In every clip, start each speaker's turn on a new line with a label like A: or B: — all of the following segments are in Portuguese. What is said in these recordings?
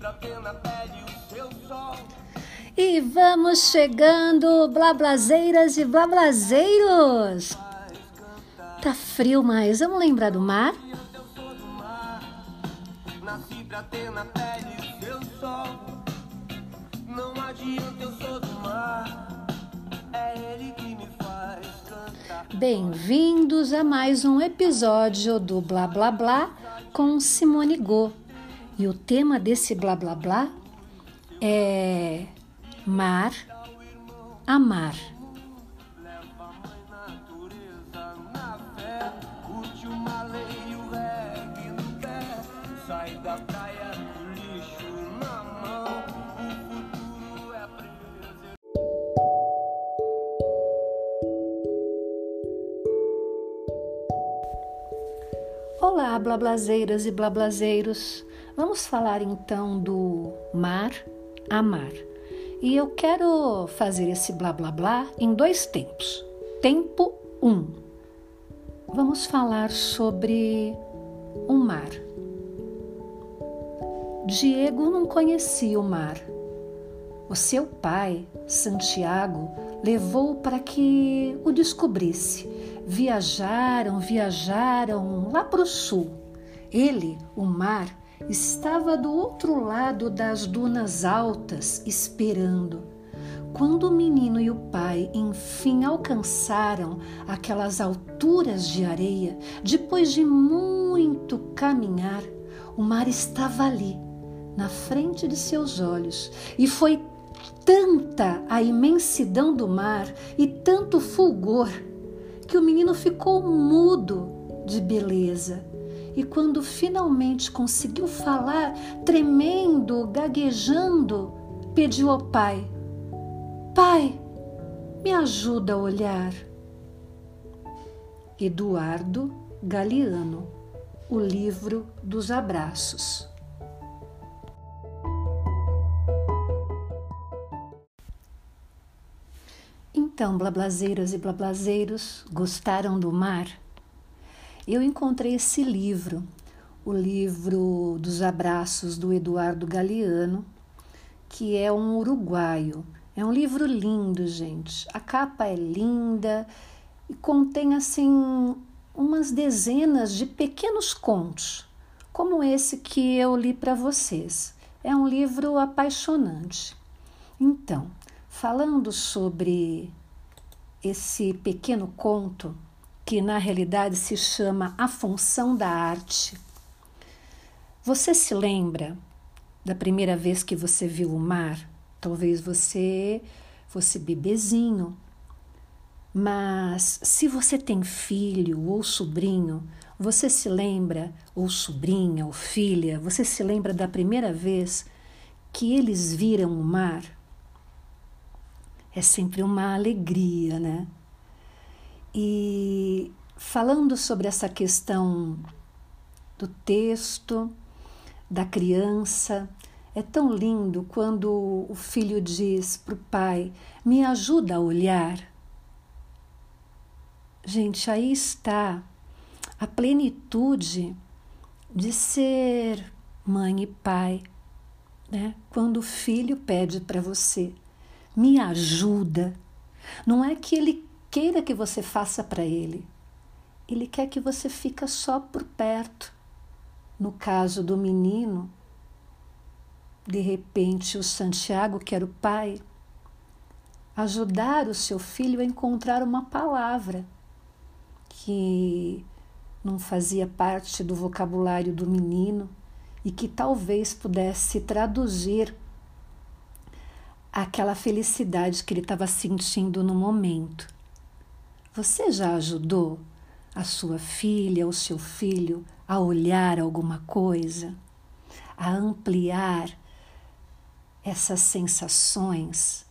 A: pra ter na pele o seu sol.
B: E vamos chegando, blablazeiras e blablazeiros. Tá frio, mas vamos lembrar do mar?
A: Eu sou do mar, nasci pra ter na pele o seu sol. Não adianta, eu sou do mar, é ele que me faz cantar.
B: Bem-vindos a mais um episódio do Blá Blá Blá com Simone Go. E o tema desse Blá Blá Blá é mar, amar.
A: Leva a mãe natureza na fé, curte uma lei e o reggae no pé. Sai da praia do lixo na mão, o futuro é preservar.
B: Olá, blablazeiras e blablazeiros. Vamos falar então do mar, amar. E eu quero fazer esse blá blá blá em 2 tempos. Tempo 1. Vamos falar sobre o mar. Diego não conhecia o mar. O seu pai, Santiago, levou-o para que o descobrisse. Viajaram lá para o sul. Ele, o mar, estava do outro lado das dunas altas, esperando. Quando o menino e o pai enfim alcançaram aquelas alturas de areia, depois de muito caminhar, o mar estava ali, na frente de seus olhos, e foi tanta a imensidão do mar e tanto fulgor que o menino ficou mudo de beleza. E quando finalmente conseguiu falar, tremendo, gaguejando, pediu ao pai: "Pai, me ajuda a olhar." Eduardo Galeano, O Livro dos Abraços. Então, blablazeiras e blablazeiros, gostaram do mar? Eu encontrei esse livro, O Livro dos Abraços, do Eduardo Galeano, que é um uruguaio. É um livro lindo, gente. A capa é linda e contém, assim, umas dezenas de pequenos contos, como esse que eu li para vocês. É um livro apaixonante. Então, falando sobre esse pequeno conto, que na realidade se chama A Função da Arte. Você se lembra da primeira vez que você viu o mar? Talvez você fosse bebezinho, mas se você tem filho ou sobrinho, você se lembra, ou sobrinha ou filha, você se lembra da primeira vez que eles viram o mar? É sempre uma alegria, né? E falando sobre essa questão do texto, da criança, é tão lindo quando o filho diz para o pai: "Me ajuda a olhar." Gente, aí está a plenitude de ser mãe e pai, né? Quando o filho pede para você: "Me ajuda." Não é que ele queira que você faça para ele. Ele quer que você fique só por perto. No caso do menino, de repente o Santiago, que era o pai, ajudar o seu filho a encontrar uma palavra que não fazia parte do vocabulário do menino e que talvez pudesse traduzir aquela felicidade que ele estava sentindo no momento. Você já ajudou a sua filha ou seu filho a olhar alguma coisa, a ampliar essas sensações,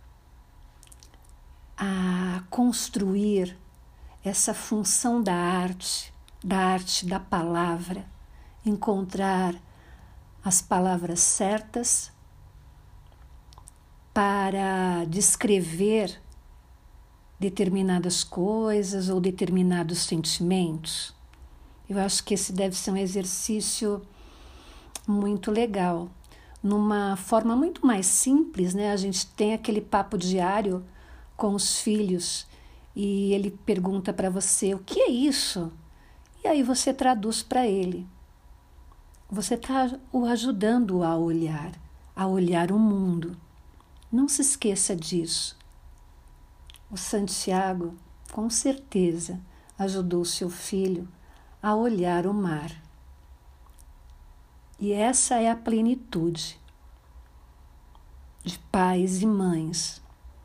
B: a construir essa função da arte da palavra, encontrar as palavras certas para descrever determinadas coisas ou determinados sentimentos? Eu acho que esse deve ser um exercício muito legal. numa forma muito mais simples, né? A gente tem aquele papo diário com os filhos e ele pergunta para você: o que é isso? E aí você traduz para ele. Você está o ajudando a olhar o mundo. Não se esqueça disso. O Santiago, com certeza, ajudou seu filho a olhar o mar. E essa é a plenitude de pais e mães.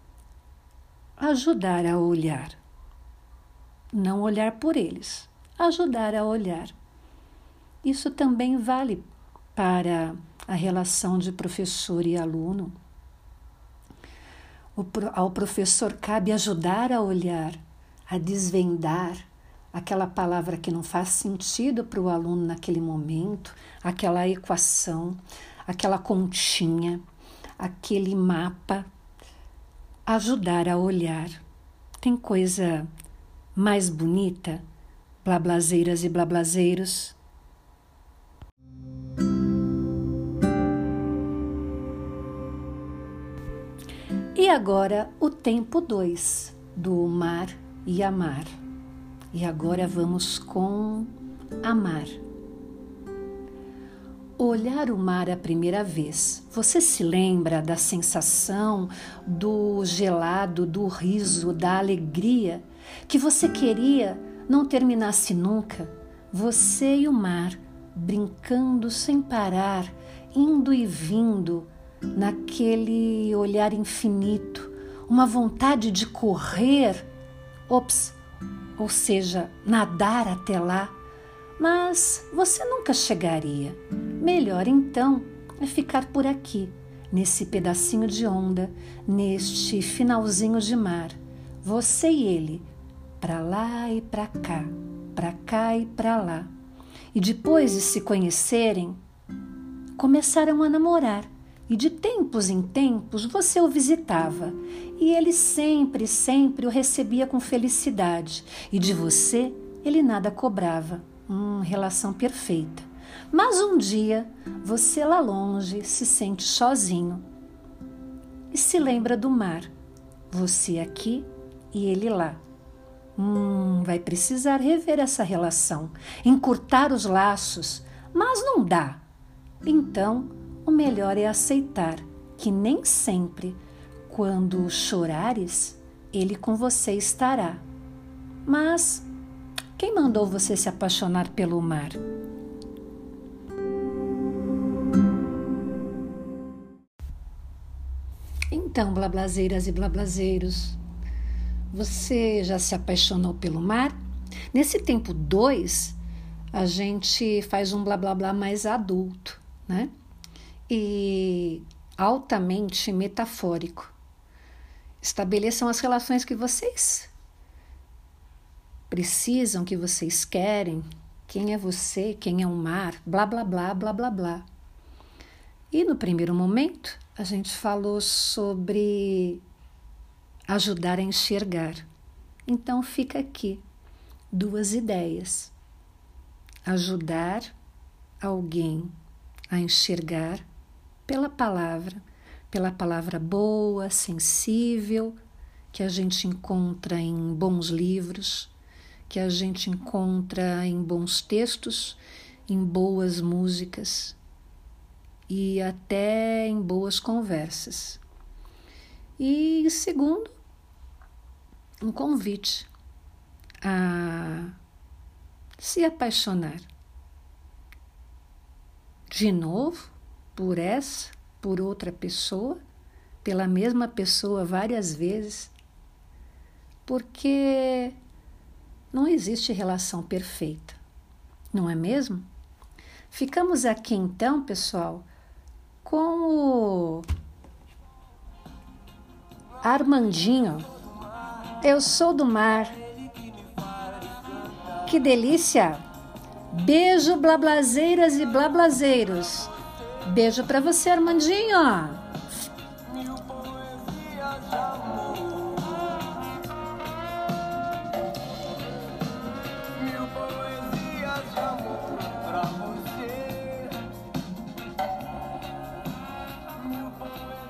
B: Ajudar a olhar. Não olhar por eles, ajudar a olhar. Isso também vale para a relação de professor e aluno. Ao professor cabe ajudar a olhar, a desvendar aquela palavra que não faz sentido para o aluno naquele momento, aquela equação, aquela continha, aquele mapa. Ajudar a olhar. Tem coisa mais bonita, blablazeiras e blablazeiros? E agora o tempo 2 do mar e amar. E agora vamos com amar. Olhar o mar a primeira vez. Você se lembra da sensação, do gelado, do riso, da alegria que você queria não terminasse nunca? Você e o mar brincando sem parar, indo e vindo, naquele olhar infinito, uma vontade de correr, ou seja, nadar até lá, mas você nunca chegaria. Melhor então é ficar por aqui, nesse pedacinho de onda, neste finalzinho de mar, você e ele, para lá e para cá e para lá. E depois de se conhecerem, começaram a namorar. E de tempos em tempos você o visitava e ele sempre o recebia com felicidade. E de você ele nada cobrava. Relação perfeita. Mas um dia você lá longe se sente sozinho e se lembra do mar. Você aqui e ele lá. Vai precisar rever essa relação, encurtar os laços, mas não dá. Então, o melhor é aceitar que nem sempre, quando chorares, ele com você estará. Mas quem mandou você se apaixonar pelo mar? Então, blablazeiras e blablazeiros, você já se apaixonou pelo mar? Nesse tempo 2, a gente faz um blá blá blá mais adulto, né? E altamente metafórico. Estabeleçam as relações que vocês precisam, que vocês querem, quem é você, quem é o mar, blá blá blá blá blá blá. E no primeiro momento a gente falou sobre ajudar a enxergar. Então fica aqui 2 ideias: ajudar alguém a enxergar pela palavra boa, sensível, que a gente encontra em bons livros, que a gente encontra em bons textos, em boas músicas e até em boas conversas. E segundo, um convite a se apaixonar de novo por outra pessoa, pela mesma pessoa várias vezes, porque não existe relação perfeita, não é mesmo? Ficamos aqui então, pessoal, com o Armandinho. Eu sou do mar. Que delícia! Beijo, blablazeiras e blablazeiros. Beijo para você, Armandinho.